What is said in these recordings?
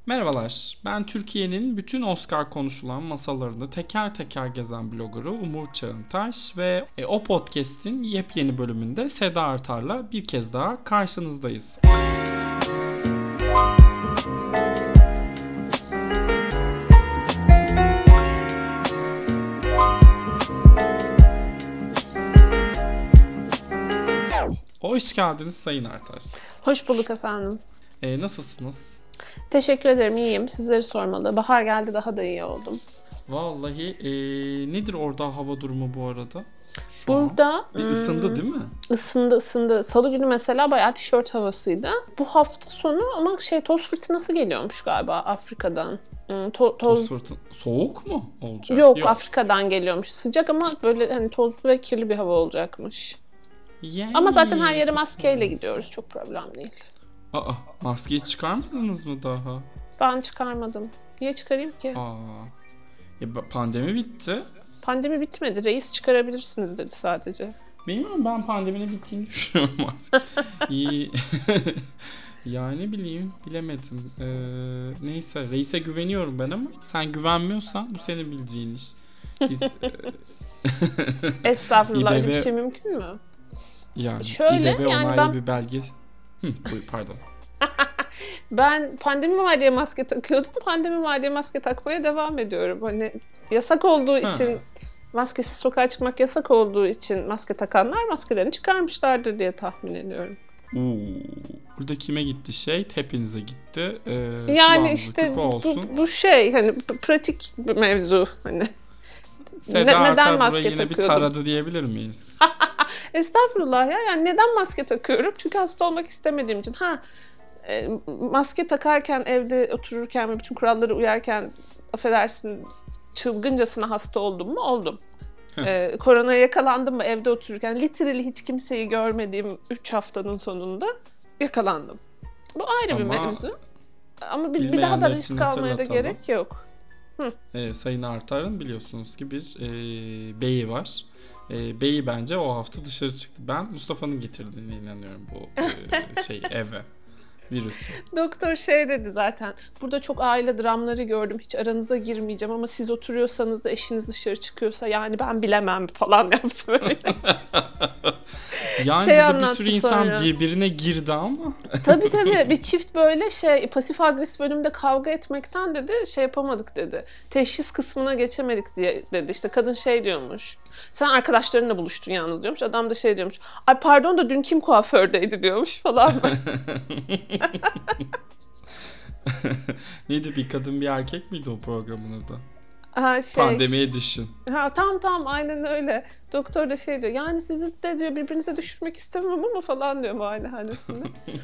Merhabalar, ben Türkiye'nin bütün Oscar konuşulan masalarını teker teker gezen bloggerı Umur Çağıntaş ve o podcast'in yepyeni bölümünde Seda Artar'la bir kez daha karşınızdayız. Hoş geldiniz Sayın Artar. Hoş bulduk efendim. Nasılsınız? Teşekkür ederim, iyiyim. Sizleri sormalı. Bahar geldi, daha da iyi oldum. Vallahi nedir orada hava durumu bu arada? Burada bir ısındı değil mi? Isındı. Salı günü mesela bayağı tişört havasıydı. Bu hafta sonu ama toz fırtınası geliyormuş galiba Afrika'dan. Toz fırtına. Soğuk mu olacak? Yok, Afrika'dan geliyormuş. Sıcak ama böyle hani tozlu ve kirli bir hava olacakmış. Yani, ama zaten her yere maskeyle gidiyoruz. Çok problem değil. Maskeyi çıkarmadınız mı daha? Ben çıkarmadım. Niye çıkarayım ki? Pandemi bitti. Pandemi bitmedi. Reis çıkarabilirsiniz dedi sadece. Bilmiyorum, ben pandeminin bittiğini düşünüyorum artık. Yani bilemedim. Neyse, reise güveniyorum ben ama sen güvenmiyorsan bu senin bileceğin iş. Biz Estağfurullah, öyle bir şey mümkün mü? Yani şöyle, İBB onaylı bir belge. Buyur, pardon. Ben pandemi var diye maske takıyordum. Pandemi var diye maske takmaya devam ediyorum. Hani yasak olduğu için, maskesiz sokağa çıkmak yasak olduğu için maske takanlar maskelerini çıkarmışlardır diye tahmin ediyorum. Burada kime gitti hepinize gitti. Yani işte bu hani pratik bir mevzu hani. Seda Artar burayı yine takıyordum? Bir taradı diyebilir miyiz? Estağfurullah ya. Yani neden maske takıyorum? Çünkü hasta olmak istemediğim için. Maske takarken, evde otururken ve bütün kurallara uyarken, affedersin, çılgıncasına hasta oldum mu? Oldum. Koronaya yakalandım mı evde otururken? Literally hiç kimseyi görmediğim 3 haftanın sonunda yakalandım. Bu ayrı bir mevzu. Ama bir daha da risk almaya da gerek yok. Sayın Artar'ın biliyorsunuz ki bir beyi var. Beyi bence o hafta dışarı çıktı. Ben Mustafa'nın getirdiğine inanıyorum bu eve. Virüsü. Doktor dedi zaten. Burada çok aile dramları gördüm. Hiç aranıza girmeyeceğim ama siz oturuyorsanız da eşiniz dışarı çıkıyorsa yani ben bilemem falan yaptı böyle. Yani burada bir sürü insan birbirine girdi ama. Tabii bir çift böyle pasif agresif bölümde kavga etmekten dedi yapamadık dedi. Teşhis kısmına geçemedik diye dedi. İşte kadın diyormuş. Sen arkadaşlarınla buluştun yalnız diyormuş. Adam da diyormuş. Ay pardon da dün kim kuafördeydi diyormuş falan. Neydi, bir kadın bir erkek miydi o programın adı? Pandemiye düşün. Tamam aynen öyle. Doktor da diyor. Yani sizi de diyor birbirinize düşürmek istemem ama falan diyor muayenehanesinde.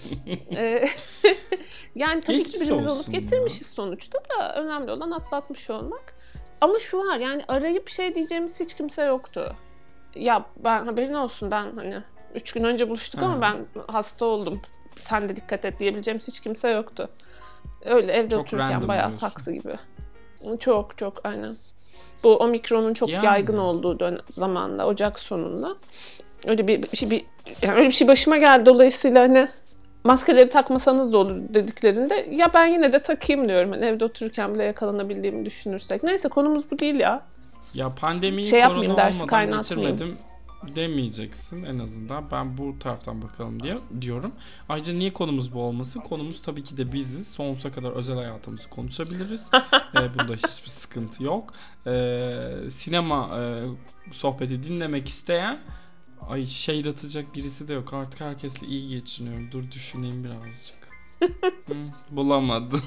Yani tabii ki birimiz olup getirmişiz sonuçta da önemli olan atlatmış olmak. Ama şu var, yani arayıp diyeceğimiz hiç kimse yoktu. Ya ben haberin olsun, ben hani 3 gün önce buluştuk ama ben hasta oldum. Sen de dikkat et diyebileceğimiz hiç kimse yoktu. Öyle evde çok otururken bayağı diyorsun. Saksı gibi. Çok aynen. Bu Omikron'un çok yaygın olduğu zamanda, Ocak sonunda. Öyle bir şey başıma geldi, dolayısıyla hani maskeleri takmasanız da olur dediklerinde ya ben yine de takayım diyorum. Hani evde otururken bile yakalanabildiğimi düşünürsek. Neyse, konumuz bu değil ya. Ya pandemiyi korona olmadan geçirmedim demeyeceksin en azından. Ben bu taraftan bakalım diyorum. Ayrıca niye konumuz bu olmasın? Konumuz tabii ki de biziz. Sonsuza kadar özel hayatımızı konuşabiliriz. Bunda hiçbir sıkıntı yok. Sinema sohbeti dinlemek isteyen atacak birisi de yok. Artık herkesle iyi geçiniyorum. Dur düşüneyim birazcık. Bulamadım.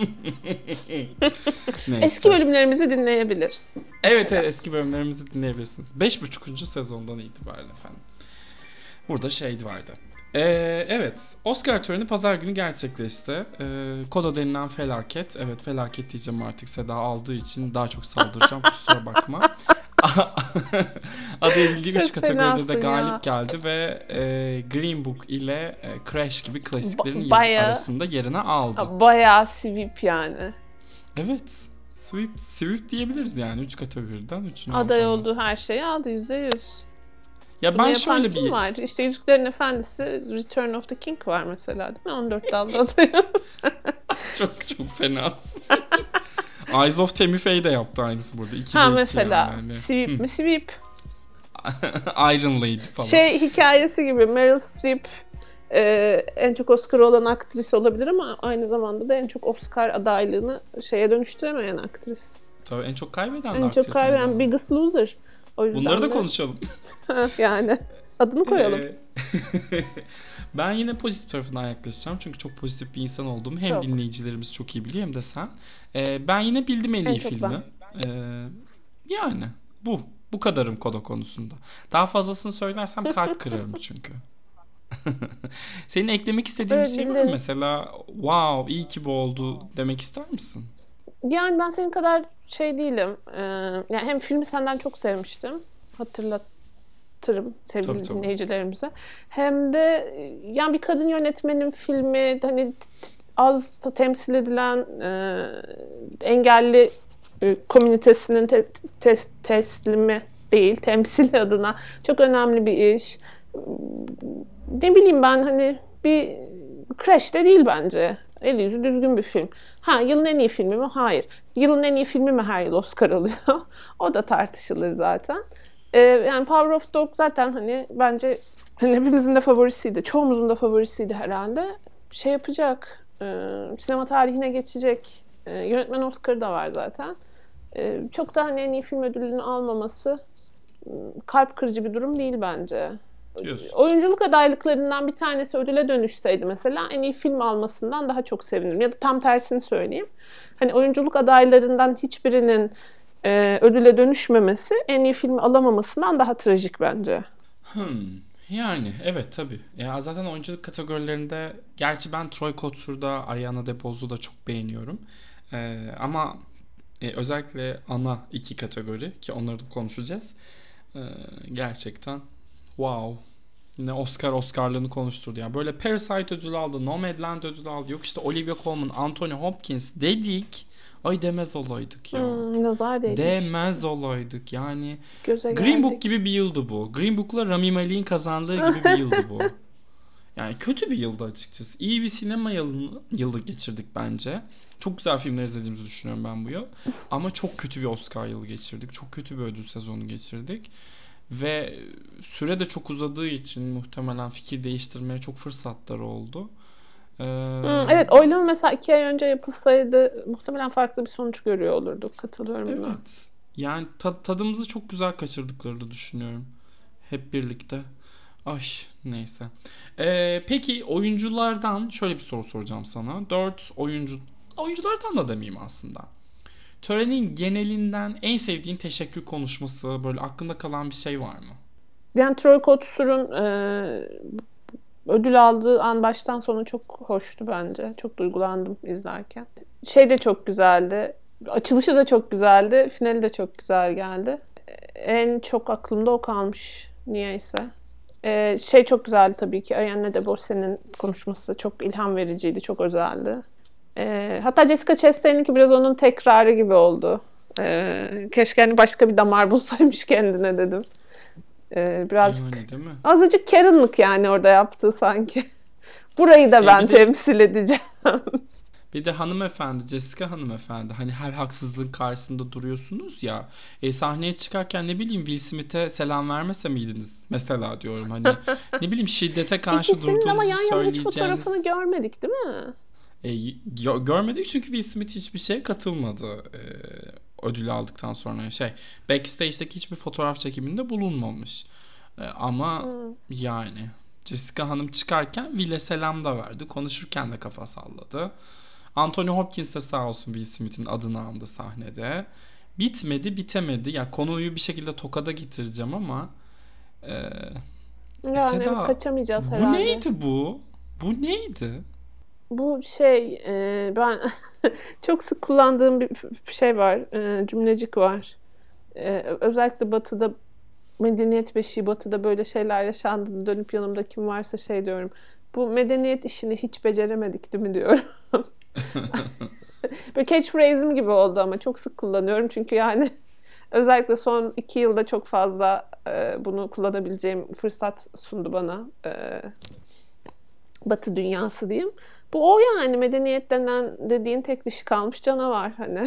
Eski bölümlerimizi dinleyebilir. Evet, eski bölümlerimizi dinleyebilirsiniz. 5.5. sezondan itibaren efendim. Burada vardı. Evet, Oscar töreni pazar günü gerçekleşti. Koda denilen felaket. Evet, felaket diyeceğim artık, Seda aldığı için daha çok saldıracağım. Kusura bakma. Adı edildiği 3 kategoride de galip geldi ve Green Book ile Crash gibi klasiklerin arasında yerini aldı. Bayağı sweep yani. Evet. Sweep diyebiliriz yani 3 kategoriden 3'ünü aday olduğu her şeyi aldı %100. Ya ben şöyle bir var. İşte Yüzüklerin Efendisi Return of the King var mesela, değil mi? 14 dalda adayı. Çok çok fenasın. Eyes of Tammy Faye de yaptı aynısı burada. Ha mesela. Yani. Sweep mi Sweep? Iron Lady falan. Hikayesi gibi Meryl Streep en çok Oscar olan aktris olabilir ama aynı zamanda da en çok Oscar adaylığını dönüştüremeyen aktris. Tabii en çok kaybeden en çok kaybeden Biggest Loser. O yüzden bunları da konuşalım. Yani adını koyalım. Ben yine pozitif tarafından yaklaşacağım. Çünkü çok pozitif bir insan olduğumu hem dinleyicilerimiz çok iyi biliyor hem de sen. Ben yine bildim en iyi filmi. Yani bu kadarım Koda konusunda. Daha fazlasını söylersem kalp kırarım çünkü. Senin eklemek istediğin bir şey var mı? Mesela wow iyi ki bu oldu demek ister misin? Yani ben senin kadar değilim. Yani hem filmi senden çok sevmiştim. Hatırlatırım sevgili dinleyicilerimize. Hem de yani bir kadın yönetmenin filmi hani az temsil edilen engelli komünitesinin teslimi değil, temsil adına çok önemli bir iş. Ne bileyim ben hani bir Crash de değil bence. El yüzü düzgün bir film. Yılın en iyi filmi mi? Hayır. Yılın en iyi filmi mi her yıl Oscar alıyor? O da tartışılır zaten. Yani Power of Dog zaten hani bence hepimizin de favorisiydi. Çoğumuzun da favorisiydi herhalde. Yapacak. Sinema tarihine geçecek. Yönetmen Oscar'ı da var zaten. Çok da hani en iyi film ödülünü almaması kalp kırıcı bir durum değil bence. Diyorsun. Oyunculuk adaylıklarından bir tanesi ödüle dönüşseydi mesela en iyi film almasından daha çok sevinirim. Ya da tam tersini söyleyeyim. Hani oyunculuk adaylarından hiçbirinin ödüle dönüşmemesi en iyi filmi alamamasından daha trajik bence. Yani evet tabii. Ya zaten oyunculuk kategorilerinde gerçi ben Troy Kotsur'da, Ariana DeBose'u da çok beğeniyorum. Ama özellikle ana iki kategori ki onları da konuşacağız. Gerçekten wow. Yine Oscar'lığını konuşturdu. Yani böyle Parasite ödülü aldı, Nomadland ödülü aldı. Yok işte Olivia Colman, Anthony Hopkins dedik. Ay demez olaydık ya. Nazar değmiş. Demez olaydık. Yani Göze Green geldik. Book gibi bir yıldı bu. Green Book'la Rami Malek'in kazandığı gibi bir yıldı bu. Yani kötü bir yıldı açıkçası. İyi bir sinema yılı geçirdik bence. Çok güzel filmler izlediğimizi düşünüyorum ben bu yıl. Ama çok kötü bir Oscar yılı geçirdik. Çok kötü bir ödül sezonu geçirdik. Ve süre de çok uzadığı için muhtemelen fikir değiştirmeye çok fırsatları oldu. Evet, oylama mesela 2 ay önce yapılsaydı muhtemelen farklı bir sonuç görüyor olurduk. Katılıyorum buna. Evet. Yani tadımızı çok güzel kaçırdıklarını düşünüyorum. Hep birlikte. Ay neyse. Peki oyunculardan şöyle bir soru soracağım sana. 4 oyunculardan da demeyeyim aslında. Törenin genelinden en sevdiğin teşekkür konuşması, böyle aklında kalan bir şey var mı? Yani Troy Kotsur'un ödül aldığı an baştan sona çok hoştu bence. Çok duygulandım izlerken. De çok güzeldi. Açılışı da çok güzeldi. Finali de çok güzel geldi. En çok aklımda o kalmış niyeyse. Çok güzeldi tabii ki. Ariana DeBose'nin konuşması çok ilham vericiydi. Çok özeldi. Hatta Jessica Chastain'inki biraz onun tekrarı gibi oldu. Keşke hani başka bir damar bulsaymış kendine dedim. Birazcık yani, değil mi? Azıcık Karen'lık yani orada yaptığı sanki. Burayı da ben temsil edeceğim. Bir de hanımefendi, Jessica hanımefendi, hani her haksızlığın karşısında duruyorsunuz ya. Sahneye çıkarken ne bileyim Will Smith'e selam vermese miydiniz? Mesela diyorum hani ne bileyim şiddete karşı durduğunuzu ama yan yana hiç söyleyeceğiniz. fotoğrafını görmedik değil mi? Görmedik çünkü Will Smith hiçbir şeye katılmadı. Ödülü aldıktan sonra backstage'deki hiçbir fotoğraf çekiminde bulunmamış. Ama yani Jessica Hanım çıkarken Will'e selam da verdi. Konuşurken de kafa salladı. Anthony Hopkins de sağ olsun Will Smith'in adını andı sahnede. Bitemedi. Ya konuyu bir şekilde tokada getireceğim ama yani Seda, kaçamayacağız bu herhalde. neydi bu? Bu neydi? Bu ben çok sık kullandığım bir şey var. Cümlecik var. Özellikle Batı'da medeniyet beşiği Batı'da böyle şeyler yaşandığında dönüp yanımda kim varsa diyorum. Bu medeniyet işini hiç beceremedik değil mi diyorum. Böyle catchphrase'im gibi oldu ama çok sık kullanıyorum çünkü yani özellikle son 2 yılda çok fazla bunu kullanabileceğim fırsat sundu bana Batı dünyası diyeyim. Bu o yani medeniyet denen dediğin tek dişi kalmış canavar hani.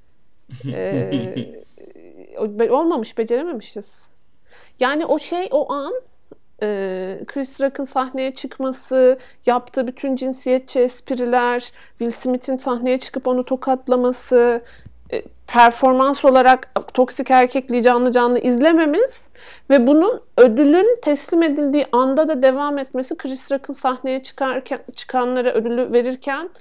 Olmamış, becerememişiz. Yani o an Chris Rock'ın sahneye çıkması, yaptığı bütün cinsiyetçi espriler, Will Smith'in sahneye çıkıp onu tokatlaması, performans olarak Toksik Erkekliği canlı canlı izlememiz ve bunun ödülün teslim edildiği anda da devam etmesi, Chris Rock'ın sahneye çıkanlara ödülü verirken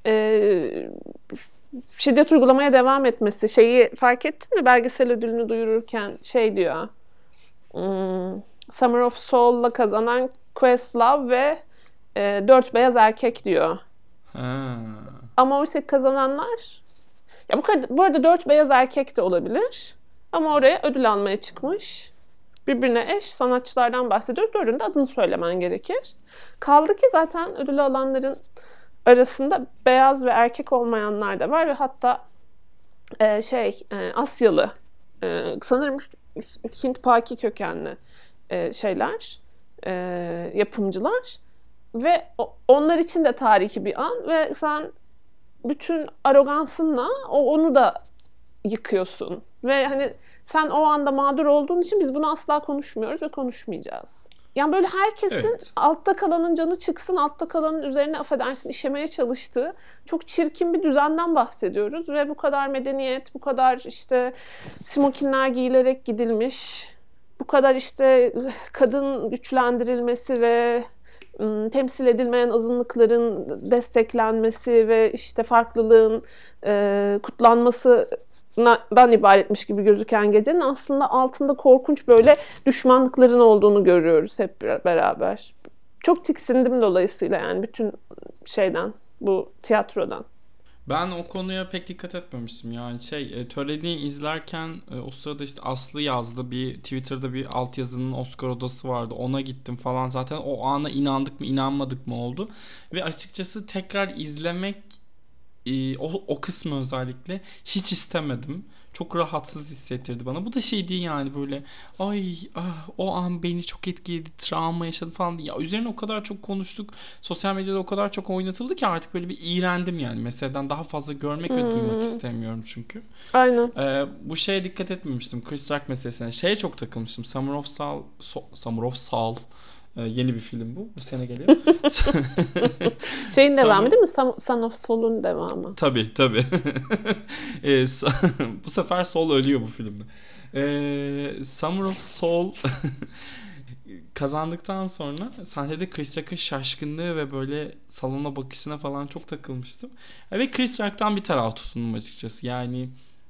şiddet uygulamaya devam etmesi. Şeyi fark ettin mi? Belgesel ödülünü duyururken şey diyor. Summer of Soul'la kazanan Questlove ve 4 beyaz erkek diyor. Ha. Ama oysa kazananlar ya bu arada 4 beyaz erkek de olabilir. Ama oraya ödül almaya çıkmış. Birbirine eş sanatçılardan bahsediyoruz. Dördünün de adını söylemen gerekir. Kaldı ki zaten ödül alanların arasında beyaz ve erkek olmayanlar da var ve hatta Asyalı sanırım Hint-Paki kökenli şeyler, yapımcılar ve onlar için de tarihi bir an ve sen bütün arogansınla onu da yıkıyorsun ve hani sen o anda mağdur olduğun için biz bunu asla konuşmuyoruz ve konuşmayacağız. Yani böyle herkesin altta kalanın canı çıksın, altta kalanın üzerine affedersin işemeye çalıştığı çok çirkin bir düzenden bahsediyoruz ve bu kadar medeniyet, bu kadar işte smokinler giyilerek gidilmiş, bu kadar işte kadın güçlendirilmesi ve temsil edilmeyen azınlıkların desteklenmesi ve işte farklılığın kutlanmasından ibaretmiş gibi gözüken gecenin aslında altında korkunç böyle düşmanlıkların olduğunu görüyoruz hep beraber. Çok tiksindim dolayısıyla yani bütün şeyden, bu tiyatrodan. Ben o konuya pek dikkat etmemiştim. Yani töreni izlerken o sırada işte Aslı yazdı. Bir Twitter'da bir altyazının Oscar odası vardı. Ona gittim falan. Zaten o ana inandık mı inanmadık mı oldu. Ve açıkçası tekrar izlemek o kısmı özellikle hiç istemedim. Çok rahatsız hissettirdi bana. Bu da şey değil yani böyle o an beni çok etkiledi, travma yaşadım falan. Ya üzerine o kadar çok konuştuk. Sosyal medyada o kadar çok oynatıldı ki artık böyle bir iğrendim yani. Meseleden daha fazla görmek ve duymak istemiyorum çünkü. Aynen. Bu şeye dikkat etmemiştim. Chris Rock meselesine. Şeye çok takılmıştım. Summer of Soul. Yeni bir film bu. Bu sene geliyor. Şeyin devamı değil mi? Son of Soul'un devamı. Tabii. Bu sefer Soul ölüyor bu filmde. Summer of Soul kazandıktan sonra sahnede Chris Rock'ın şaşkınlığı ve böyle salona bakışına falan çok takılmıştım. Ve Chris Rock'tan bir taraf tutundum açıkçası. Yani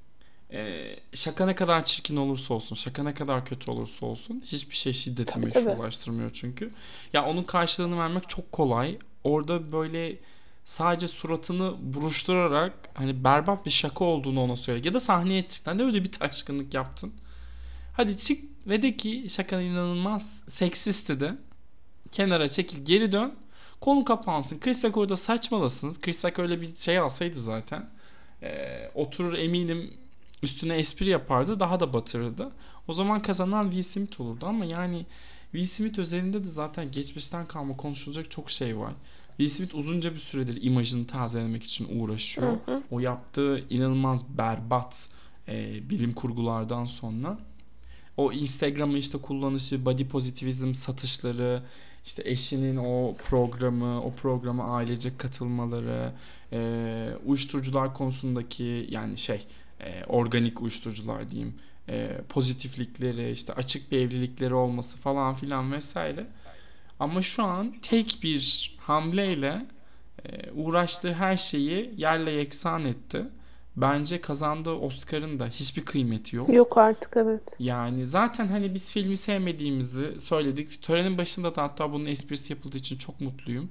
şaka ne kadar çirkin olursa olsun, şaka ne kadar kötü olursa olsun hiçbir şey şiddeti meşrulaştırmıyor çünkü. Ya onun karşılığını vermek çok kolay. Orada böyle sadece suratını buruşturarak hani berbat bir şaka olduğunu ona söyle. Ya da sahneye çık. Hadi öyle bir taşkınlık yaptın. Hadi çık ve de ki şakan inanılmaz seksisti de. Kenara çekil, geri dön. Konu kapansın. Chris Rock orada saçmalasın. Chris Rock öyle bir şey alsaydı zaten. Oturur eminim üstüne espri yapardı. Daha da batırırdı. O zaman kazanan Will Smith olurdu ama yani Will Smith özelinde de zaten geçmişten kalma konuşulacak çok şey var. Will Smith uzunca bir süredir imajını tazelemek için uğraşıyor. O yaptığı inanılmaz berbat bilim kurgulardan sonra o Instagram'ı işte kullanışı, body pozitivizm satışları, işte eşinin o programa ailecek katılmaları, uyuşturucular konusundaki yani organik uyuşturucular diyeyim, pozitiflikleri, işte açık bir evlilikleri olması falan filan vesaire. Ama şu an tek bir hamleyle uğraştığı her şeyi yerle yeksan etti. Bence kazandığı Oscar'ın da hiçbir kıymeti yok. Yok artık, evet. Yani zaten hani biz filmi sevmediğimizi söyledik. Törenin başında da hatta bunun esprisi yapıldığı için çok mutluyum.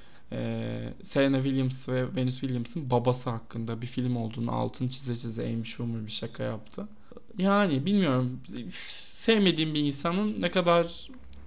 Serena Williams ve Venus Williams'ın babası hakkında bir film olduğunu altını çize Amy Schumer bir şaka yaptı. Yani bilmiyorum, sevmediğim bir insanın ne kadar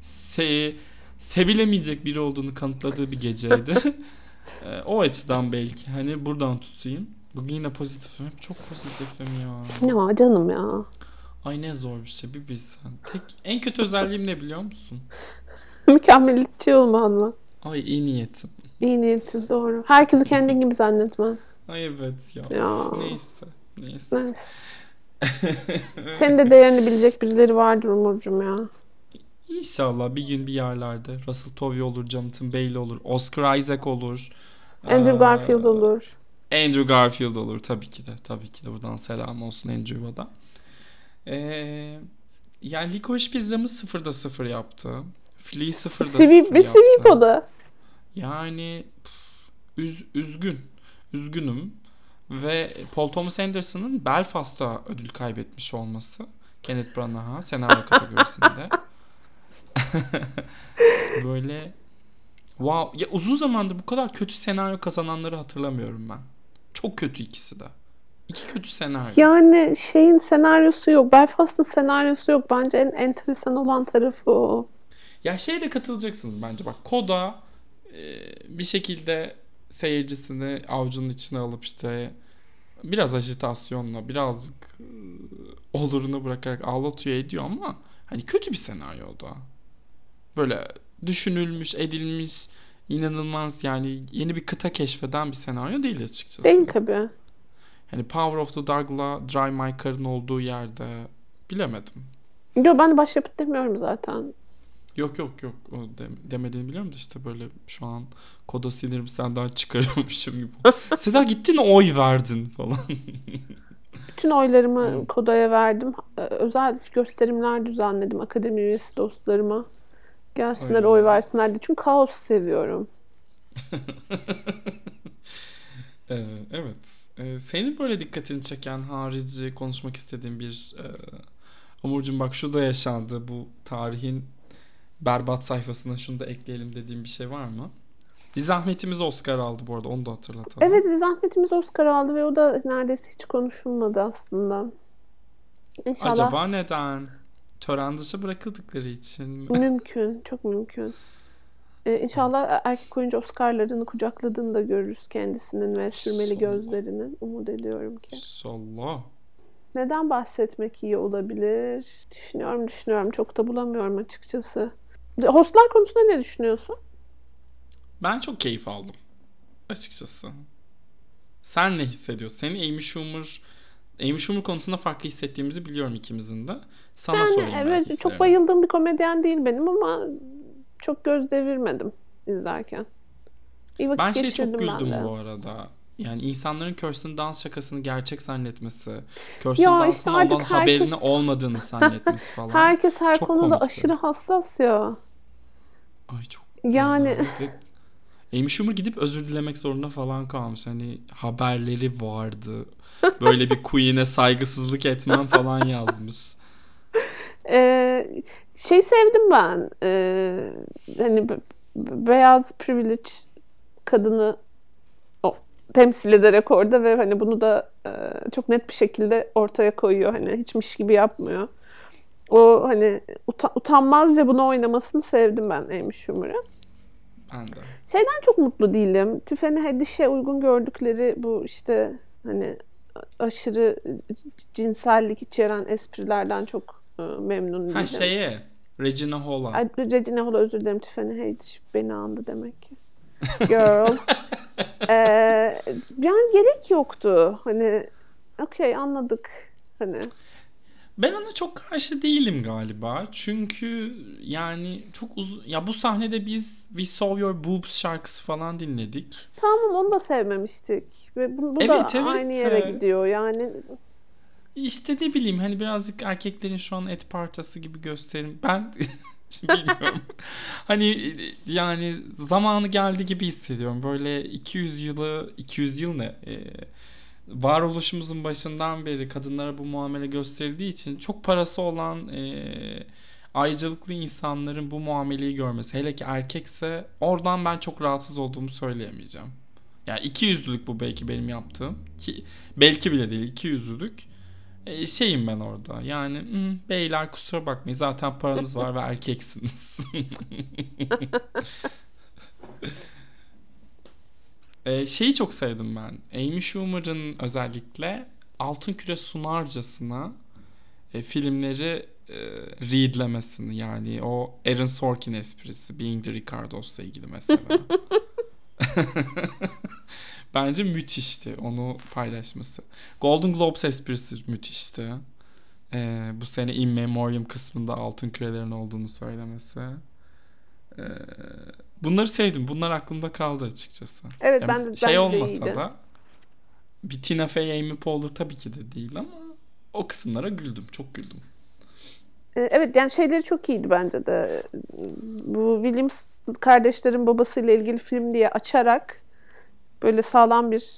sevilemeyecek biri olduğunu kanıtladığı bir geceydi. O açıdan belki hani buradan tutayım. Bugün yine pozitifim. Hep çok pozitifim ya. Ya canım ya. Ay ne zor bir şey bir bilsen. En kötü özelliğim ne biliyor musun? Mükemmeliyetçi olman mı? Ay iyi niyetim. İyi niyetsiz, doğru. Herkesi kendin gibi zannetmem. Ay evet ya. Ya. Neyse. Neyse. Senin de değerini bilecek birileri vardır Umurcuğum ya. İnşallah bir gün bir yerlerde Russell Tovey olur, Jonathan Bailey olur, Oscar Isaac olur. Andrew Garfield olur. Andrew Garfield olur tabii ki de. Tabii ki de buradan selam olsun Andrew'a da. Yani Licorice Pizza'mı 0'da 0 yaptı. Flea 0'da 0 yaptı. Bir sweep o da. Yani üzgünüm. Ve Paul Thomas Anderson'ın Belfast'ta ödül kaybetmiş olması. Kenneth Branagh'a senaryo kategorisinde. Böyle wow. Ya uzun zamandır bu kadar kötü senaryo kazananları hatırlamıyorum ben. Çok kötü ikisi de. İki kötü senaryo. Yani şeyin senaryosu yok. Belfast'ın senaryosu yok. Bence en enteresan olan tarafı o. Ya de katılacaksınız bence. Bak Koda bir şekilde seyircisini avucunun içine alıp işte biraz ajitasyonla birazcık olurunu bırakarak ağlatıyor ediyor ama hani kötü bir senaryo o da. Böyle düşünülmüş, edilmiş, inanılmaz yani yeni bir kıta keşfeden bir senaryo değil açıkçası. Değil tabii. Hani Power of the Dog'la Drive My Car'ın olduğu yerde bilemedim. Yok, ben de başyapıt demiyorum zaten. Yok. O demediğini biliyorum da işte böyle şu an Koda sinirimi senden çıkarıyormuşum gibi. Seda gittin oy verdin falan. Bütün oylarımı Koda'ya verdim. Özel gösterimler düzenledim akademi üyesi dostlarıma. Gelsinler oy versinler diye. Çünkü kaos seviyorum. Evet. Senin böyle dikkatini çeken harici konuşmak istediğin bir Umurcuğum bak şu da yaşandı bu tarihin berbat sayfasına şunu da ekleyelim dediğim bir şey var mı? Bir zahmetimiz Oscar aldı bu arada onu da hatırlatalım. Evet, zahmetimiz Oscar aldı ve o da neredeyse hiç konuşulmadı aslında. İnşallah. Acaba neden? Tören dışı bırakıldıkları için mi? Mümkün, çok mümkün. İnşallah erkek oyuncu Oscar'larını kucakladığını da görürüz kendisinin ve sürmeli gözlerinin. Umut ediyorum ki. İnşallah. Neden bahsetmek iyi olabilir? Düşünüyorum. Çok da bulamıyorum açıkçası. Hostlar konusunda ne düşünüyorsun? Ben çok keyif aldım. Açıkçası. Sen ne hissediyorsun? Senin Amy Schumer konusunda farklı hissettiğimizi biliyorum ikimizin de. Sana Yani sorayım ben evet, çok bayıldığım bir komedyen değil benim ama çok göz devirmedim izlerken. İyi vakit Ben çok geçirdim güldüm ben de. bu arada. Yani insanların Kirsten Dunst şakasını gerçek zannetmesi, Ya Kirsten Dunst'ın işte ondan artık haberini olmadığını zannetmesi falan. Herkes her Çok konuda komikti. aşırı hassas ya. Ay çok Yani rezalet ve Amy Schumer gidip özür dilemek zorunda falan kalmış. Hani haberleri vardı. Böyle bir queen'e saygısızlık etmem falan yazmış. Sevdim ben. Hani beyaz privilege kadını temsil ederek orada ve hani bunu da çok net bir şekilde ortaya koyuyor. Hani hiçmiş gibi yapmıyor. O hani utanmazca bunu oynamasını sevdim ben Amy Schumer'ın. Ben de. Şeyden çok mutlu değilim. Tiffany Haddish'e uygun gördükleri bu işte hani aşırı cinsellik içeren esprilerden çok memnun değilim. Regina Hall'a. Regina Hall'a özür dilerim. Tiffany Haddish beni andı demek ki. Girl. Yani gerek yoktu. Hani okey, anladık. Hani Ben ona çok karşı değilim galiba. Çünkü yani çok uzun... Ya bu sahnede biz We Saw Your Boobs şarkısı falan dinledik. tamam, onu da sevmemiştik. Ve bu Evet, da aynı yere gidiyor yani. İşte ne bileyim hani birazcık erkeklerin şu an et parçası gibi gösterim. Ben bilmiyorum. Hani yani zamanı geldi gibi hissediyorum. Böyle 200 yıl ne? Varoluşumuzun başından beri kadınlara bu muamele gösterildiği için çok parası olan ayrıcalıklı insanların bu muameleyi görmesi, hele ki erkekse, oradan ben çok rahatsız olduğumu söyleyemeyeceğim. Yani 200'lülük bu belki benim yaptığım, ki belki bile değil, 200'lülük şeyim ben orada. Yani beyler kusura bakmayın, zaten paranız var ve erkeksiniz. Şeyi çok sevdim ben. Amy Schumer'ın özellikle altın küre sunarcasına filmleri readlemesini, yani o Aaron Sorkin esprisi Being the Ricardo's'la ilgili mesela. Bence müthişti onu paylaşması. Golden Globes esprisi müthişti. Bu sene In Memoriam kısmında altın kürelerin olduğunu söylemesi. Bunları sevdim. Bunlar aklımda kaldı açıkçası. Evet, yani ben şey de olmasa iyiydi. da bir Tina Fey, Amy Poehler tabii ki de değil ama o kısımlara güldüm. Çok güldüm. Evet, yani şeyleri çok iyiydi bence de. Bu Williams kardeşlerin babasıyla ilgili film diye açarak böyle sağlam bir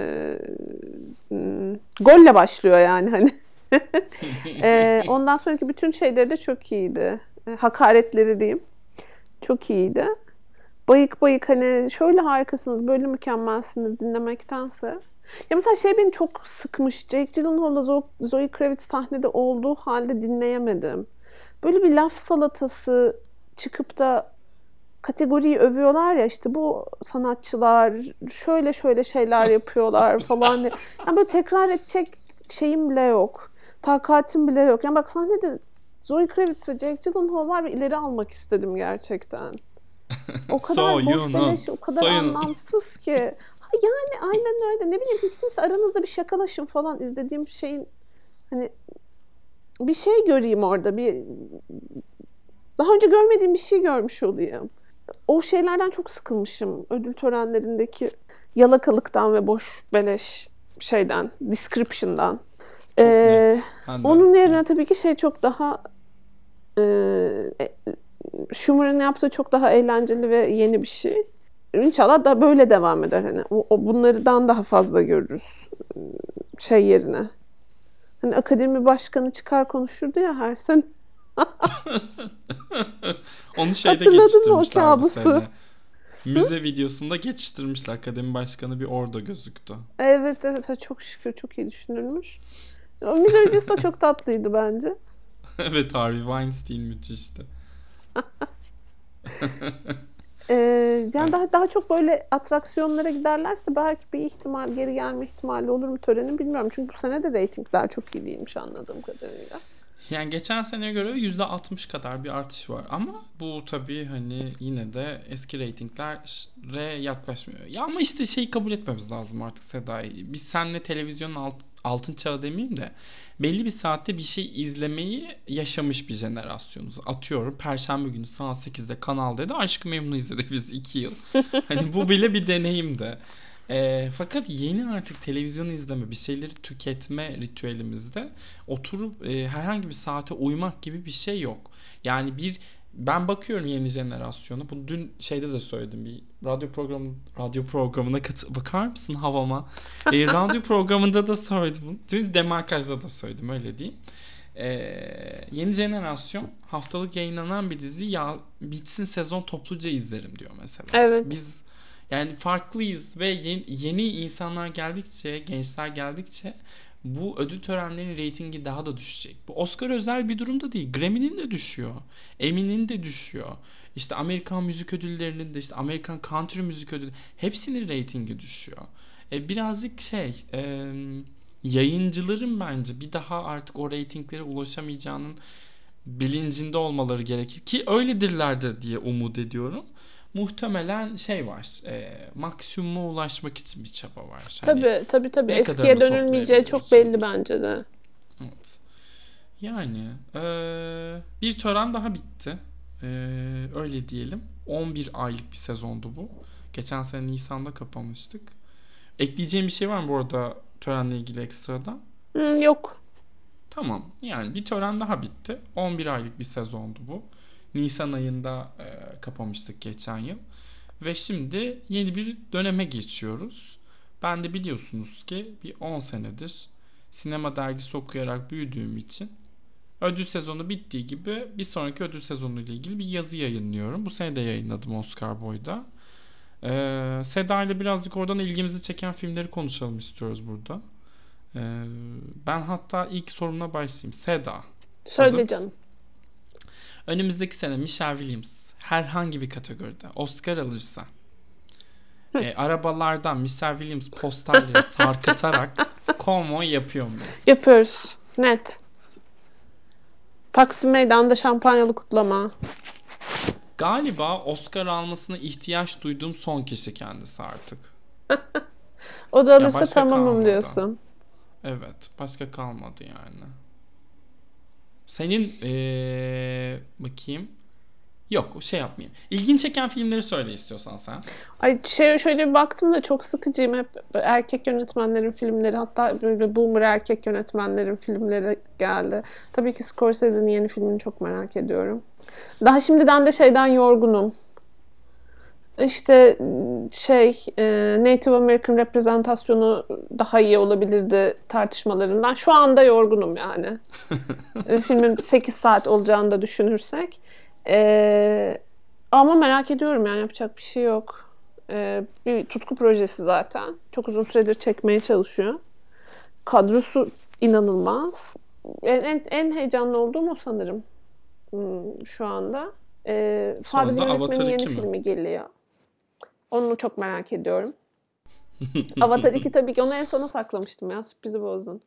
golle başlıyor yani hani. Ondan sonraki bütün şeyleri de çok iyiydi. Hakaretleri diyeyim. Çok iyiydi. Bayık bayık hani şöyle harikasınız, böyle mükemmelsiniz dinlemektense. Ya mesela şey beni çok sıkmış. Jake Gyllenhaal'la Zoe Kravitz sahnede olduğu halde dinleyemedim. Böyle bir laf salatası çıkıp da kategoriyi övüyorlar ya, işte bu sanatçılar şöyle şöyle şeyler yapıyorlar falan. Yani böyle tekrar edecek şeyim bile yok. Takatim bile yok. Yani bak, sahnede Zoe Kravitz ve Jake Gyllenhaal var ve ileri almak istedim gerçekten. O kadar boş Soyunun. beleş, o kadar Soyunun. anlamsız ki. Ha yani aynen öyle. Ne bileyim, hiç değilse aranızda bir şakalaşın falan, izlediğim şeyin hani bir şey göreyim orada, bir daha önce görmediğim bir şey görmüş olayım. O şeylerden çok sıkılmışım. Ödül törenlerindeki yalakalıktan ve boş beleş şeyden, description'dan. Çok net. Ben de. Onun yerine tabii ki şey çok daha Schumer'ın yaptığı çok daha eğlenceli ve yeni bir şey. İnşallah da böyle devam eder. Hani bunlardan daha fazla görürüz şey yerine. Hani akademi başkanı çıkar konuşurdu ya her sene. Onu şeyde geçiştirmişler bu sene. Müze videosunda geçiştirmişler. Akademi başkanı bir orada gözüktü. Evet evet, çok şükür, çok iyi düşünülmüş. O müze videosu da çok tatlıydı bence. Evet, Harvey Weinstein müthişti. Yani daha çok böyle atraksiyonlara giderlerse belki bir ihtimal, geri gelme ihtimali olur mu törenin, bilmiyorum. Çünkü bu sene de reytingler çok iyi değilmiş anladığım kadarıyla. Yani geçen seneye göre %60 kadar bir artış var. Ama bu tabii hani yine de eski reytinglere yaklaşmıyor. Ya ama işte şeyi kabul etmemiz lazım artık Seda'yı. Biz seninle televizyonun altın çağı demeyeyim de belli bir saatte bir şey izlemeyi yaşamış bir jenerasyonuz. Atıyorum Perşembe günü saat 8'de Kanal D'de Aşk-ı Memnu izledik biz 2 yıl. Hani bu bile bir deneyim de. Fakat yeni artık televizyon izleme, bir şeyleri tüketme ritüelimizde oturup herhangi bir saate uymak gibi bir şey yok. Yani ben bakıyorum yeni jenerasyona. Bunu dün şeyde de söyledim. Bir radyo programına bakar mısın havama? Radyo programında da söyledim bunu. Dün Demarkaj'da da söyledim, öyle diyeyim. Yeni jenerasyon haftalık yayınlanan bir dizi ya bitsin sezon topluca izlerim diyor mesela. Evet. Biz yani farklıyız ve yeni insanlar geldikçe, gençler geldikçe bu ödül törenlerinin reytingi daha da düşecek. Bu Oscar özel bir durumda değil. Grammy'nin de düşüyor. Emmy'nin de düşüyor. İşte Amerikan müzik ödüllerinin de, işte Amerikan country müzik ödülü, hepsinin reytingi düşüyor. Birazcık yayıncıların bence bir daha artık o reytinglere ulaşamayacağının bilincinde olmaları gerekir ki öyledirler de diye umut ediyorum. Muhtemelen şey var, maksimuma ulaşmak için bir çaba var. Tabii. Eskiye dönülmeyeceği çok belli bence de. Evet. Yani bir tören daha bitti. Öyle diyelim. 11 aylık bir sezondu bu. Geçen sene Nisan'da kapamıştık. Ekleyeceğim bir şey var mı bu arada törenle ilgili ekstradan? Yok. Tamam. Yani bir tören daha bitti. 11 aylık bir sezondu bu. Nisan ayında kapamıştık geçen yıl. Ve şimdi yeni bir döneme geçiyoruz. Ben de biliyorsunuz ki bir 10 senedir sinema dergisi okuyarak büyüdüğüm için ödül sezonu bittiği gibi bir sonraki ödül sezonu ile ilgili bir yazı yayınlıyorum. Bu sene de yayınladım Oscar Boy'da. Seda ile birazcık oradan ilgimizi çeken filmleri konuşalım istiyoruz burada. Ben hatta ilk sorumla başlayayım. Seda. Söyle canım. Önümüzdeki sene Michelle Williams herhangi bir kategoride Oscar alırsa arabalardan Michelle Williams posterleri sarkıtarak konvoy yapıyor muyuz? Yapıyoruz. Net. Taksim Meydanı'nda şampanyalı kutlama. Galiba Oscar almasına ihtiyaç duyduğum son kişi kendisi artık. O da alırsa tamamım kalmadı diyorsun. Evet. Başka kalmadı yani. Senin bakayım. Yok şey yapmayayım. İlgin çeken filmleri söyle istiyorsan sen. Ay şöyle bir baktım da çok sıkıcıyım. Hep erkek yönetmenlerin filmleri, hatta böyle boomer erkek yönetmenlerin filmleri geldi. Tabii ki Scorsese'nin yeni filmini çok merak ediyorum. Daha şimdiden de şeyden yorgunum. İşte Native American reprezentasyonu daha iyi olabilirdi tartışmalarından. Şu anda yorgunum yani. Filmin 8 saat olacağını da düşünürsek. Ama merak ediyorum yani, yapacak bir şey yok. Bir tutku projesi zaten. Çok uzun süredir çekmeye çalışıyor. Kadrosu inanılmaz. En heyecanlı olduğum o sanırım şu anda. Fabio Yönetmen'in yeni filmi geliyor. Onu çok merak ediyorum. Avatar 2 tabii ki, onu en sona saklamıştım ya. Sürprizi bozdun.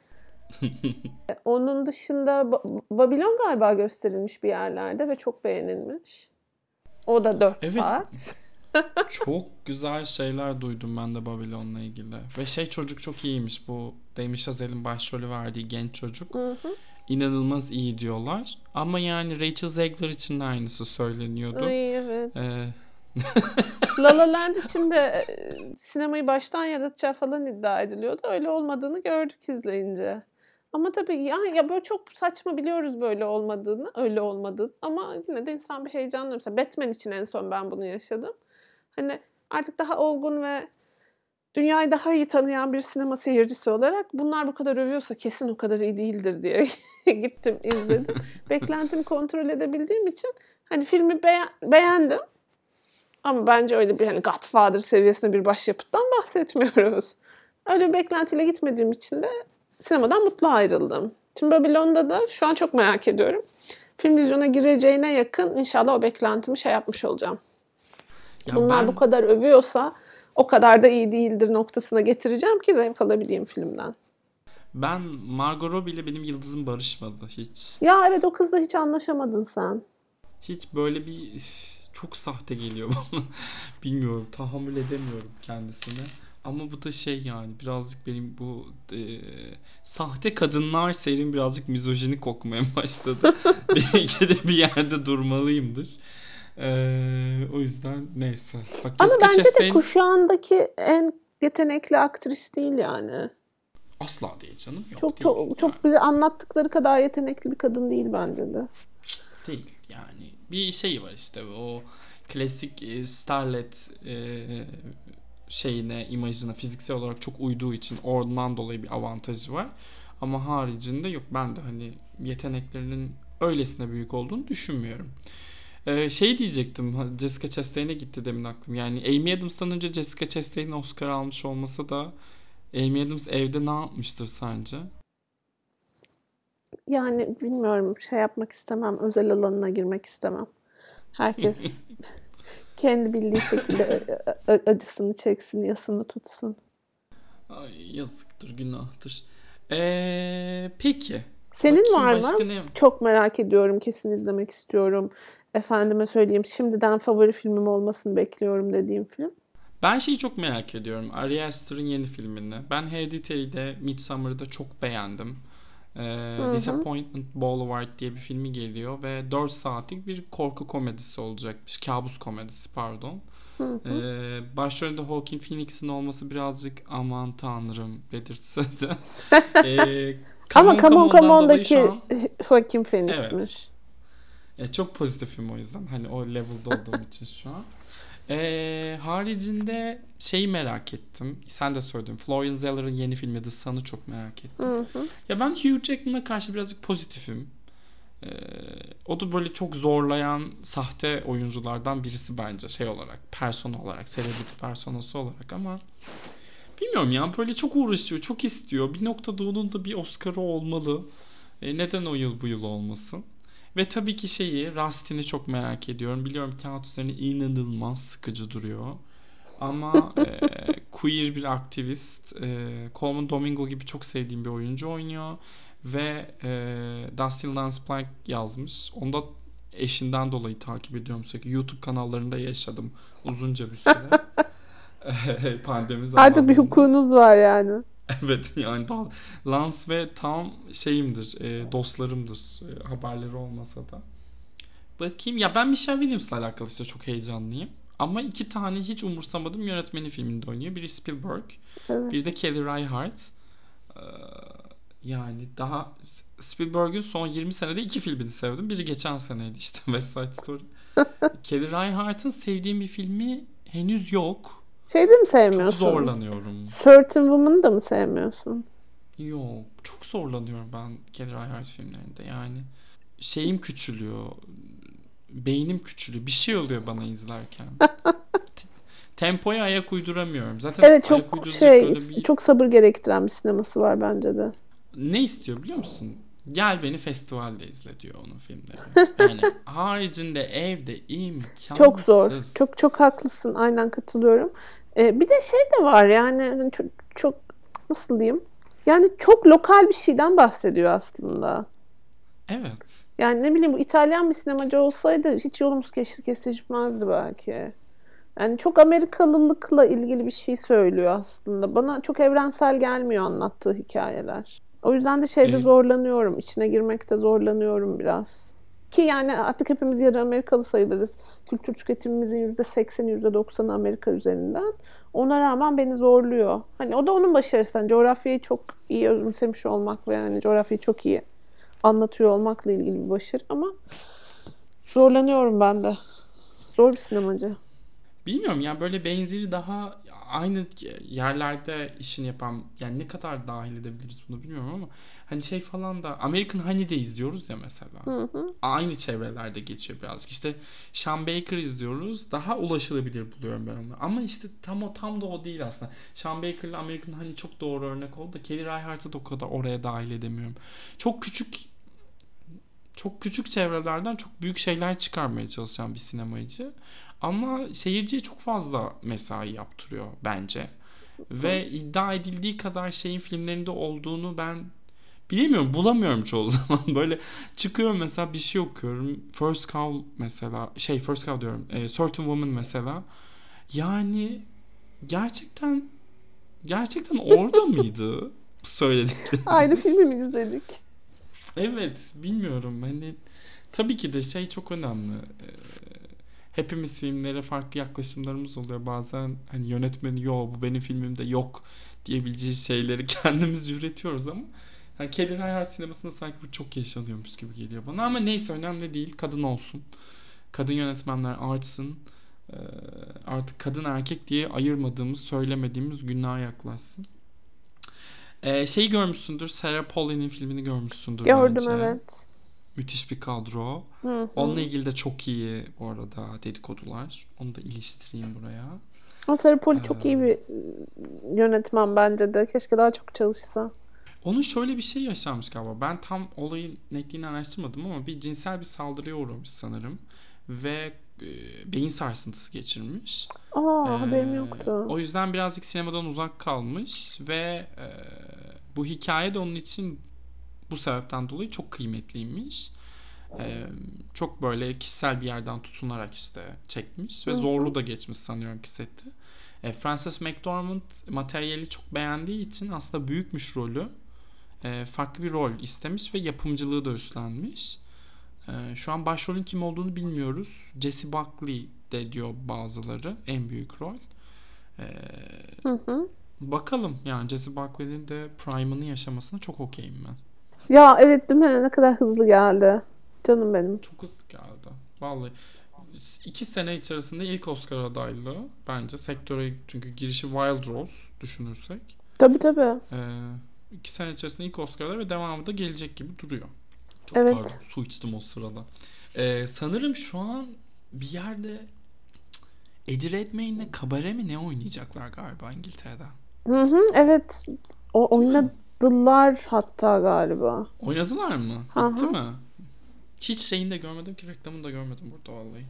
Onun dışında Babylon galiba gösterilmiş bir yerlerde ve çok beğenilmiş. O da 4 saat. Çok güzel şeyler duydum ben de Babylon'la ilgili. Ve çocuk çok iyiymiş, bu Damien Chazelle'in başrolü verdiği genç çocuk. Hı. İnanılmaz iyi diyorlar. Ama yani Rachel Zegler için de aynısı söyleniyordu. Ay, evet. La La Land için de sinemayı baştan yaratacağı falan iddia ediliyordu. Öyle olmadığını gördük izleyince. Ama tabii ya böyle çok saçma, biliyoruz böyle olmadığını, öyle olmadığını. Ama yine de insan bir heyecanlanıyor. Mesela Batman için en son ben bunu yaşadım. Hani artık daha olgun ve dünyayı daha iyi tanıyan bir sinema seyircisi olarak bunlar bu kadar övüyorsa kesin o kadar iyi değildir diye gittim izledim. Beklentimi kontrol edebildiğim için hani filmi beğendim. Ama bence öyle bir Godfather seviyesinde bir başyapıttan bahsetmiyoruz. Öyle bir beklentiyle gitmediğim için de sinemadan mutlu ayrıldım. Şimdi Babylon'da da şu an çok merak ediyorum. Film vizyona gireceğine yakın inşallah o beklentimi yapmış olacağım. Ya bunlar bu kadar övüyorsa o kadar da iyi değildir noktasına getireceğim ki zevk alabileyim filmden. Ben Margot Robbie ile benim yıldızım barışmadı hiç. Ya evet, o kızla hiç anlaşamadın sen. Hiç böyle bir çok sahte geliyor bana. Bilmiyorum, tahammül edemiyorum kendisine. Ama bu da yani birazcık benim bu sahte kadınlar serim birazcık mizojinik kokmaya başladı. Belki de bir yerde durmalıyımdır. O yüzden neyse. Bak, ama bence de kuşağındaki en yetenekli aktris değil yani. Asla değil canım. Yok, çok bize anlattıkları kadar yetenekli bir kadın değil bence de. Değil yani. Bir şey var işte, o klasik starlet imajına fiziksel olarak çok uyduğu için oradan dolayı bir avantajı var. Ama haricinde yok, ben de yeteneklerinin öylesine büyük olduğunu düşünmüyorum. Diyecektim, Jessica Chastain'e gitti demin aklım. Yani Amy Adams'tan önce Jessica Chastain'in Oscar almış olması da Amy Adams evde ne yapmıştır sence? Yani bilmiyorum, yapmak istemem, özel alanına girmek istemem. Herkes kendi bildiği şekilde acısını çeksin, yasını tutsun. Ay, yazıktır, günahtır. Peki. Senin var mı? Çok merak ediyorum, kesin izlemek istiyorum. Efendime söyleyeyim, şimdiden favori filmim olmasını bekliyorum dediğim film. Ben çok merak ediyorum. Ari Aster'ın yeni filmini. Ben Hereditary'de, Midsommar'da çok beğendim. Disappointment Boulevard diye bir filmi geliyor ve 4 saatlik bir korku komedisi olacakmış. Kabus komedisi, pardon. Başrolünde Joaquin Phoenix'in olması birazcık aman tanrım dedirtse de. Ama Come On'daki Joaquin Phoenix'miş. Evet. Çok pozitifim o yüzden. O level'da olduğum için şu an. Haricinde merak ettim. Sen de söyledin. Florian Zeller'ın yeni filmi The Sun'ı çok merak ettim. Hı. Ya ben Hugh Jackman'a karşı birazcık pozitifim. O da böyle çok zorlayan sahte oyunculardan birisi bence olarak, persona olarak, celebrity personası olarak, ama bilmiyorum ya, böyle çok uğraşıyor, çok istiyor. Bir noktada onun da bir Oscar'ı olmalı. Neden o yıl bu yıl olmasın? Ve tabii ki Rustin'i çok merak ediyorum. Biliyorum kağıt üzerine inanılmaz sıkıcı duruyor. Ama queer bir aktivist. Colman Domingo gibi çok sevdiğim bir oyuncu oynuyor. Ve Dustin Lance Plank yazmış. Onda eşinden dolayı takip ediyorum sürekli. YouTube kanallarında yaşadım uzunca bir süre. Pandemi zamanında. Artık bir hukukunuz var yani. Evet yani Lance ve Tam şeyimdir, dostlarımdır, haberleri olmasa da. Bakayım ya, ben Michelle Williams'la alakalı işte çok heyecanlıyım. Ama 2 tane hiç umursamadığım yönetmeni filminde oynuyor. Biri Spielberg, Evet. biri de Kelly Reichardt. Yani daha Spielberg'ün son 20 senede 2 filmini sevdim. Biri geçen seneydi işte West Side Story. Kelly Reichardt'ın sevdiğim bir filmi henüz yok. Şey de mi sevmiyorsun? Çok zorlanıyorum. Certain Woman'ı da mı sevmiyorsun? Yok. Çok zorlanıyorum ben Kelly Reichardt filmlerinde. Yani şeyim küçülüyor. Beynim küçülüyor. Bir şey oluyor bana izlerken. Tempoya ayak uyduramıyorum. Zaten Evet, ayak çok uyduracak öyle bir... çok sabır gerektiren bir sineması var bence de. Ne istiyor biliyor musun? Gel beni festivalde izle diyor onun filmleri. Yani haricinde evde imkansız. Çok zor. Çok çok haklısın. Aynen katılıyorum. Bir de şey de var yani çok, çok nasıl diyeyim? Yani çok lokal bir şeyden bahsediyor aslında. Evet. Yani ne bileyim, bu İtalyan bir sinemacı olsaydı hiç yolumuz kesişmezdi belki. Yani çok Amerikalılıkla ilgili bir şey söylüyor aslında. Bana çok evrensel gelmiyor anlattığı hikayeler. O yüzden de şeyde zorlanıyorum. İçine girmekte zorlanıyorum biraz. Ki yani artık hepimiz yarı Amerikalı sayılırız. Kültür tüketimimizin %80'i %90'ı Amerika üzerinden. Ona rağmen beni zorluyor. Hani o da onun başarısı. Yani coğrafyayı çok iyi özümsemiş olmak ve yani coğrafyayı çok iyi anlatıyor olmakla ilgili bir başarı ama zorlanıyorum ben de. Zor bir sinemacı. Bilmiyorum yani, böyle benzeri daha aynı yerlerde işini yapan, yani ne kadar dahil edebiliriz bunu bilmiyorum ama hani şey falan da, American Honey'de izliyoruz ya mesela. Hı hı. Aynı çevrelerde geçiyor birazcık. İşte Sean Baker izliyoruz. Daha ulaşılabilir buluyorum ben onu. Ama işte tam da o değil aslında. Sean Baker'la American Honey çok doğru örnek oldu da Kelly Reichardt'ı da o kadar oraya dahil edemiyorum. Çok küçük çevrelerden çok büyük şeyler çıkarmaya çalışan bir sinemacı. Ama seyirciye çok fazla mesai yaptırıyor bence. Ve iddia edildiği kadar şeyin filmlerinde olduğunu ben bilemiyorum, bulamıyorum çoğu zaman. Böyle çıkıyorum mesela, bir şey okuyorum. First Cow mesela, First Cow diyorum. Certain Woman mesela. Yani gerçekten orada mıydı Aynı söylediklerimiz? filmi mi izledik? Evet, bilmiyorum. Hani tabii ki de şey çok önemli. Hepimiz filmlere farklı yaklaşımlarımız oluyor. Bazen hani yönetmeni yok, bu benim filmimde yok diyebileceği şeyleri kendimiz üretiyoruz ama hani Kelly Reichardt sinemasında sanki bu çok yaşanıyormuş gibi geliyor bana. Ama neyse, önemli değil. Kadın olsun. Kadın yönetmenler artsın. Artık kadın erkek diye ayırmadığımız, söylemediğimiz günler yaklaşsın. Şeyi görmüşsündür. Sarah Paulin'in filmini görmüşsündür Gördüm, bence. evet. Müthiş bir kadro. Hı Onunla hı. ilgili de çok iyi bu arada dedikodular. Onu da iliştireyim buraya. Ama Sarah Ee, Poli çok iyi bir yönetmen bence de. Keşke daha çok çalışsa. Onun şöyle bir şey yaşanmış galiba. Ben tam olayın netliğini araştırmadım ama bir cinsel bir saldırıya uğramış sanırım. Ve beyin sarsıntısı geçirmiş. Haberim yoktu. O yüzden birazcık sinemadan uzak kalmış ve bu hikaye de onun için bu sebepten dolayı çok kıymetliymiş. Çok böyle kişisel bir yerden tutunarak işte çekmiş ve Hı hı. zorlu da geçmiş sanıyorum ki seti. Frances McDormand materyali çok beğendiği için aslında büyükmüş rolü. Farklı bir rol istemiş ve yapımcılığı da üstlenmiş. Şu an başrolün kim olduğunu bilmiyoruz. Jessie Buckley de diyor bazıları, en büyük rol. Ee, Hı hı. Bakalım yani, Jessie Buckley'nin de prime'ını yaşamasına çok okeyim ben. Ya evet, değil mi? Ne kadar hızlı geldi. Canım benim. Çok hızlı geldi. Vallahi 2 sene içerisinde ilk Oscar adaylığı bence sektöre, çünkü girişi Wild Rose düşünürsek. Tabii tabii. 2 sene içerisinde ilk Oscar'da ve devamı da gelecek gibi duruyor. Çok pardon, Evet. su içtim o sırada. Sanırım şu an bir yerde Eddie Redmayne'le Kabare mi ne oynayacaklar galiba İngiltere'de. Hı hı, evet. Değil mi? Oynadılar hatta galiba. Oynadılar mı? Hı Bitti hı. mi? Hiç şeyini de görmedim ki, reklamını da görmedim burada vallahi.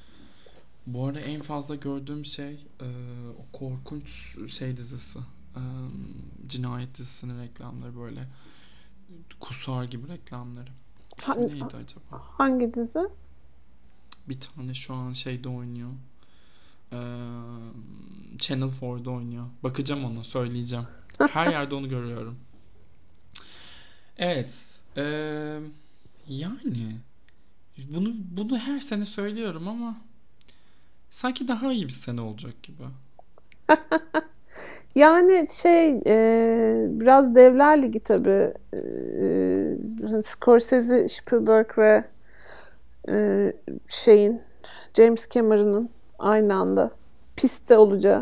Bu arada en fazla gördüğüm şey o korkunç şey dizisi. E, Cinayet dizisinin reklamları, böyle kusar gibi reklamları. Ha- İsmi neydi acaba? Hangi dizi? Bir tane şu an şeyde oynuyor. Ee, Channel 4'da oynuyor. Bakacağım ona, söyleyeceğim. Her yerde onu görüyorum. Evet. Yani bunu her sene söylüyorum ama sanki daha iyi bir sene olacak gibi. Yani biraz Devler Ligi tabii. Scorsese, Spielberg ve şeyin James Cameron'ın aynı anda pistte olacağı.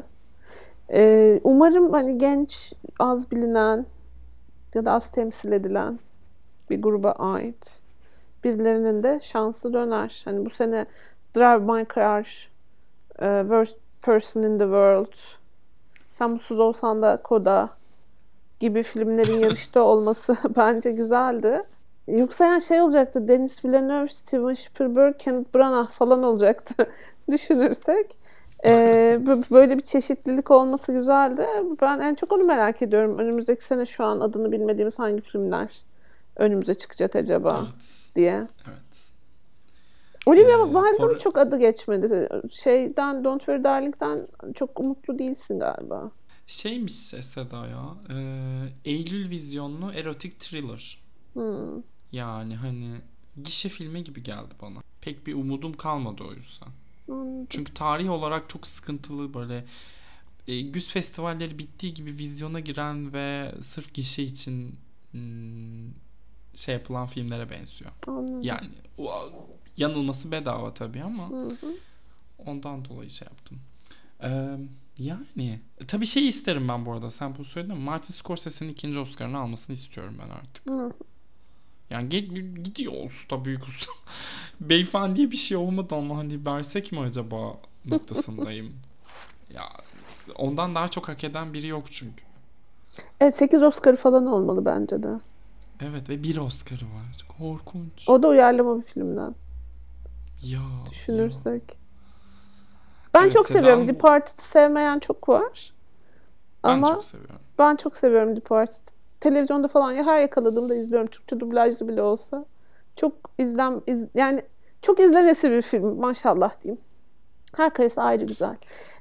Umarım hani genç, az bilinen ya da az temsil edilen bir gruba ait birilerinin de şansı döner. Hani bu sene Drive My Car, Worst Person in the World, Sen Mutsuz Olsan da Koda gibi filmlerin yarışta olması bence güzeldi. Yoksa yani şey olacaktı, Denis Villeneuve, Steven Spielberg, Kenneth Branagh falan olacaktı düşünürsek. Böyle bir çeşitlilik olması güzeldi. Ben en çok onu merak ediyorum. Önümüzdeki sene şu an adını bilmediğimiz hangi filmler önümüze çıkacak acaba Evet. diye. Evet. Olivia Wilde'ın çok adı geçmedi. Don't Worry Darling'den çok umutlu değilsin galiba. Şeymiş Seda ya. Eylül vizyonlu erotik thriller. Yani hani gişe filmi gibi geldi bana. Pek bir umudum kalmadı o yüzden. Çünkü tarih olarak çok sıkıntılı, böyle güz festivalleri bittiği gibi vizyona giren ve sırf gişe için şey yapılan filmlere benziyor. Yani yanılması bedava tabii ama ondan dolayı şey yaptım. Yani tabii şey isterim ben bu arada. Sen bunu söyledin ama Martin Scorsese'nin ikinci Oscar'ını almasını istiyorum ben artık. Yani gidiyor usta, büyük usta. Beyefendiye bir şey olmadı ama hani versek mi acaba noktasındayım. Ya ondan daha çok hak eden biri yok çünkü. Evet, 8 Oscar falan olmalı bence de. Evet ve bir Oscar'ı var. Korkunç. O da uyarlama bir filmden. Ya. Düşünürsek. Ben Evet, çok seviyorum. Seda'nın Departed'ı sevmeyen çok var. ben Ama çok seviyorum. ben çok seviyorum Departed. Televizyonda falan ya her yakaladığımda izliyorum. Türkçe dublajlı bile olsa. Çok yani çok izlenesi bir film maşallah diyeyim. Her karesi ayrı güzel.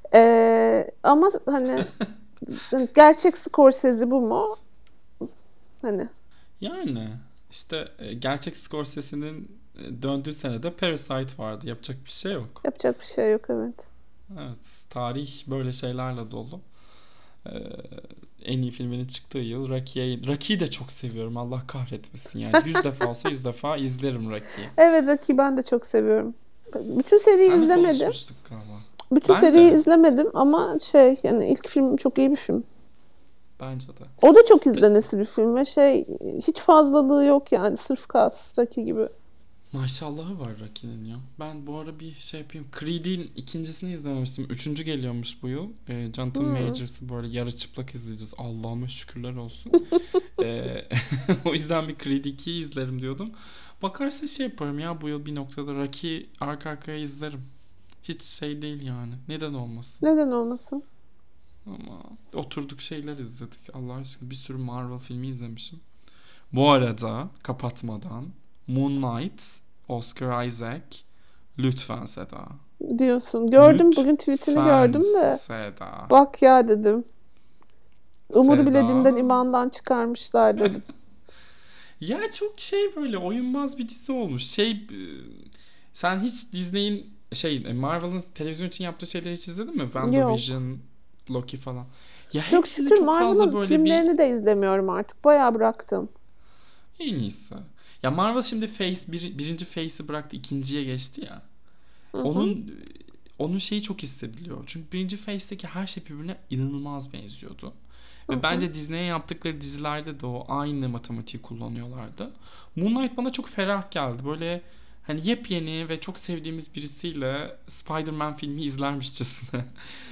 Ama hani gerçek Scorsese bu mu? Hani Yani işte gerçek Scorsese'nin döndüğü senede Parasite vardı. Yapacak bir şey yok. yapacak bir şey yok, evet. Evet, tarih böyle şeylerle dolu. Ee, En iyi filminin çıktığı yıl Rocky'yi de çok seviyorum. Allah kahretmesin. Yani 100 defa olsa 100 defa izlerim Rocky'yi. Evet, Rocky'yi ben de çok seviyorum. Bütün seriyi Seninle izlemedim. konuşmuştuk galiba. Bütün Ben seriyi de. izlemedim ama yani ilk film çok iyi bir film. Bence de. O da çok De- izlenesi bir film ve hiç fazlalığı yok yani, sırf kas, Rocky gibi. Maşallahı var Rocky'nin ya. Ben bu ara bir şey yapayım. Creed'in ikincisini izlememiştim. Üçüncü geliyormuş bu yıl. Jonathan Majors'ı böyle yarı çıplak izleyeceğiz. Allah'ıma şükürler olsun. O yüzden bir Creed 2'yi izlerim diyordum. Bakarsın şey yaparım ya, bu yıl bir noktada Rocky arka arkaya izlerim. Hiç şey değil yani. Neden olmasın? Neden olmasın? Ama oturduk şeyler izledik. Allah aşkına bir sürü Marvel filmi izlemişim. Bu arada kapatmadan Moon Knight, Oscar Isaac, lütfen Seda. Diyorsun. Gördüm, bugün tweetini Lütfen gördüm de. Seda. Bak ya dedim. Umudu bile Seda. dinden imandan çıkarmışlar dedim. Ya çok şey, böyle oyunbaz bir dizi olmuş. Sen hiç Disney'in Marvel'ın televizyon için yaptığı şeyleri hiç izledin mi? Yok. WandaVision, Loki falan. Ya Çok hepsinde şükür çok fazla Marvel'ın böyle bir filmlerini de izlemiyorum artık. Bayağı bıraktım. en iyisi. Ya Marvel şimdi birinci Phase'i bıraktı, ikinciye geçti ya. Hı hı. Onun şeyi çok hissediliyor. Çünkü birinci Phase'deki her şey birbirine inanılmaz benziyordu. Hı Ve hı. bence Disney'e yaptıkları dizilerde de o aynı matematiği kullanıyorlardı. Moon Knight bana çok ferah geldi. Böyle hani yepyeni ve çok sevdiğimiz birisiyle Spider-Man filmi izlermişçesine.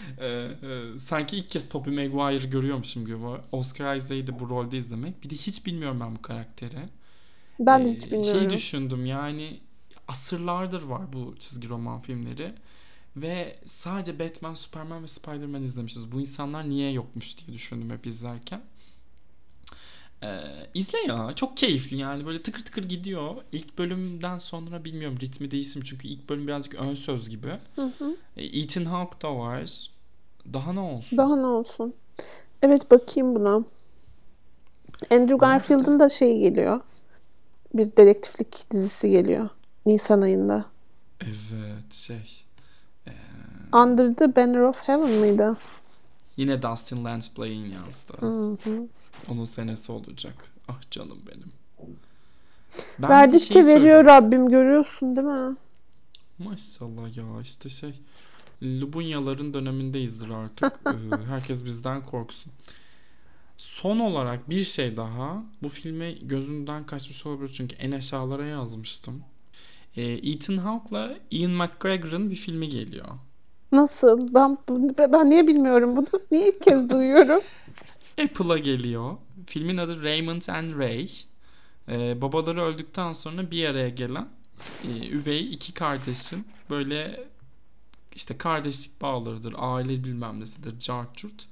Sanki ilk kez Tobey Maguire'ı görüyormuşum gibi. Oscar Isaac'i de bu rolde izlemek. Bir de hiç bilmiyorum ben bu karakteri. Ben de hiç Şey bilmiyorum. düşündüm yani, asırlardır var bu çizgi roman filmleri. Ve sadece Batman, Superman ve Spider-Man izlemişiz. Bu insanlar niye yokmuş diye düşündüm hep izlerken. İzle ya. Çok keyifli yani. Böyle tıkır tıkır gidiyor. İlk bölümden sonra bilmiyorum ritmi değişti çünkü ilk bölüm birazcık ön söz gibi. Ethan Hawke da var. Daha ne olsun? Daha ne olsun? Evet, bakayım buna. Andrew Garfield'ın da şeyi geliyor. Bir dedektiflik dizisi geliyor. Nisan ayında. Evet Under the Banner of Heaven mıydı? Yine Dustin Lance Blaine yazdı. Hı. Onun senesi olacak. Ah canım benim. Verdikçe veriyor Rabbim, görüyorsun değil mi? Maşallah ya, işte Lubunyaların dönemindeyizdir artık. Herkes bizden korksun. Son olarak bir şey daha. Bu filmi gözümden kaçmış olabilir çünkü en aşağılara yazmıştım. Ethan Hawke'la Ian McGregor'ın bir filmi geliyor. Nasıl? Ben niye bilmiyorum bunu? Niye ilk kez duyuyorum? Apple'a geliyor. Filmin adı Raymond and Ray. Babaları öldükten sonra bir araya gelen üvey iki kardeşin böyle işte kardeşlik bağlarıdır, aile bilmem nesidir, cart curt.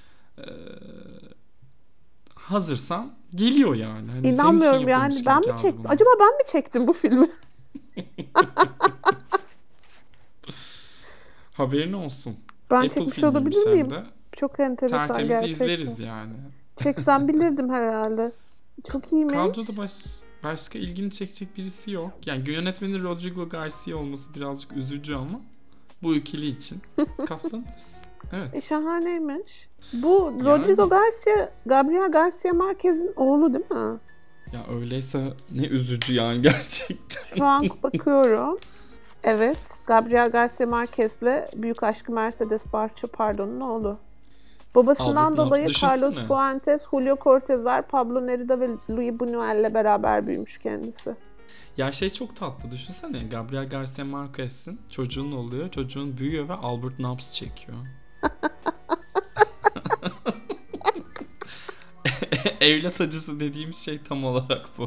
Hazırsan geliyor yani. Hani İnanmıyorum yani. Ben mi çektim? Acaba ben mi çektim bu filmi? Haberin olsun. Ben Apple çekmiş olabilir miyim? Çok enteresan tertemiz gerçekten. izleriz yani. Çeksem bilirdim herhalde. Çok iyiymiş. Kadroda başka ilgini çekecek birisi yok. Yani yönetmeni Rodrigo Garcia olması birazcık üzücü ama bu ikili için katlanırız. Evet. Şahaneymiş. Bu Rodrigo Garcia, Gabriel Garcia Marquez'in oğlu değil mi? Ya öyleyse ne üzücü yani gerçekten. Şu an bakıyorum. Evet. Gabriel Garcia Marquez'le büyük aşkı Mercedes Barça oğlu. Babasından dolayı Carlos Fuentes, Julio Cortázar, Pablo Neruda ve Luis Buñuel'le beraber büyümüş kendisi. Ya çok tatlı, düşünsene, Gabriel Garcia Marquez'in çocuğun oluyor, çocuğun büyüyor ve Albert Nobbs çekiyor. Evlat acısı dediğimiz şey tam olarak bu.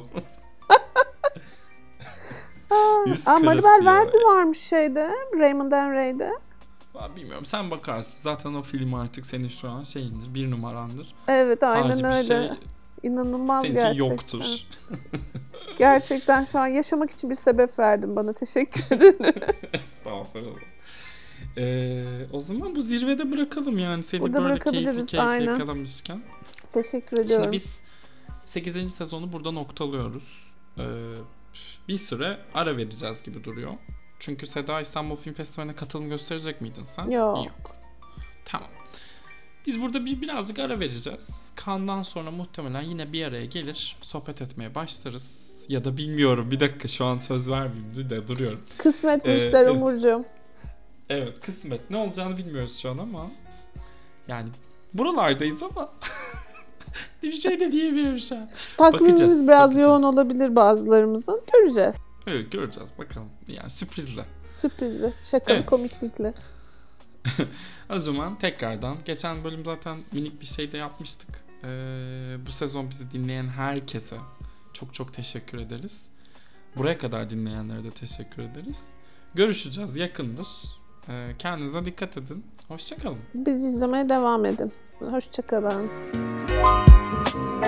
Maribel Verdi varmış Raymond and Ray'de. Bilmiyorum, sen bakarsın. Zaten o film artık senin şu an bir numarandır. Evet, aynen öyle. İnanılmaz senin gerçekten. Senin için yoktur. Gerçekten şu an yaşamak için bir sebep verdin bana. Teşekkür ederim. Estağfurullah. O zaman bu zirvede bırakalım yani. Seni böyle keyifli yakalamışken. Teşekkür ediyorum. Şimdi biz 8. sezonu burada noktalıyoruz. Bir süre ara vereceğiz gibi duruyor. Çünkü Seda İstanbul Film Festivali'ne katılım gösterecek miydin sen? Yok. Tamam. Biz burada birazcık ara vereceğiz. Cannes'dan sonra muhtemelen yine bir araya gelir, sohbet etmeye başlarız. Ya da bilmiyorum, bir dakika, şu an söz vermeyeyim de duruyorum. Kısmet bu işler Umurcuğum. Evet, kısmet. Ne olacağını bilmiyoruz şu an ama yani buralardayız ama bir şey de diyemiyorum şu an. Takvimimiz biraz yoğun olabilir bazılarımızın. Göreceğiz. Evet, göreceğiz bakalım. Yani sürprizle. Şakalı, komiklikle. O zaman tekrardan, geçen bölüm zaten minik bir şey de yapmıştık. Bu sezon bizi dinleyen herkese çok çok teşekkür ederiz. Buraya kadar dinleyenlere de teşekkür ederiz. Görüşeceğiz, yakındır. Kendinize dikkat edin. Hoşça kalın. Bizi izlemeye devam edin. Hoşça kalın.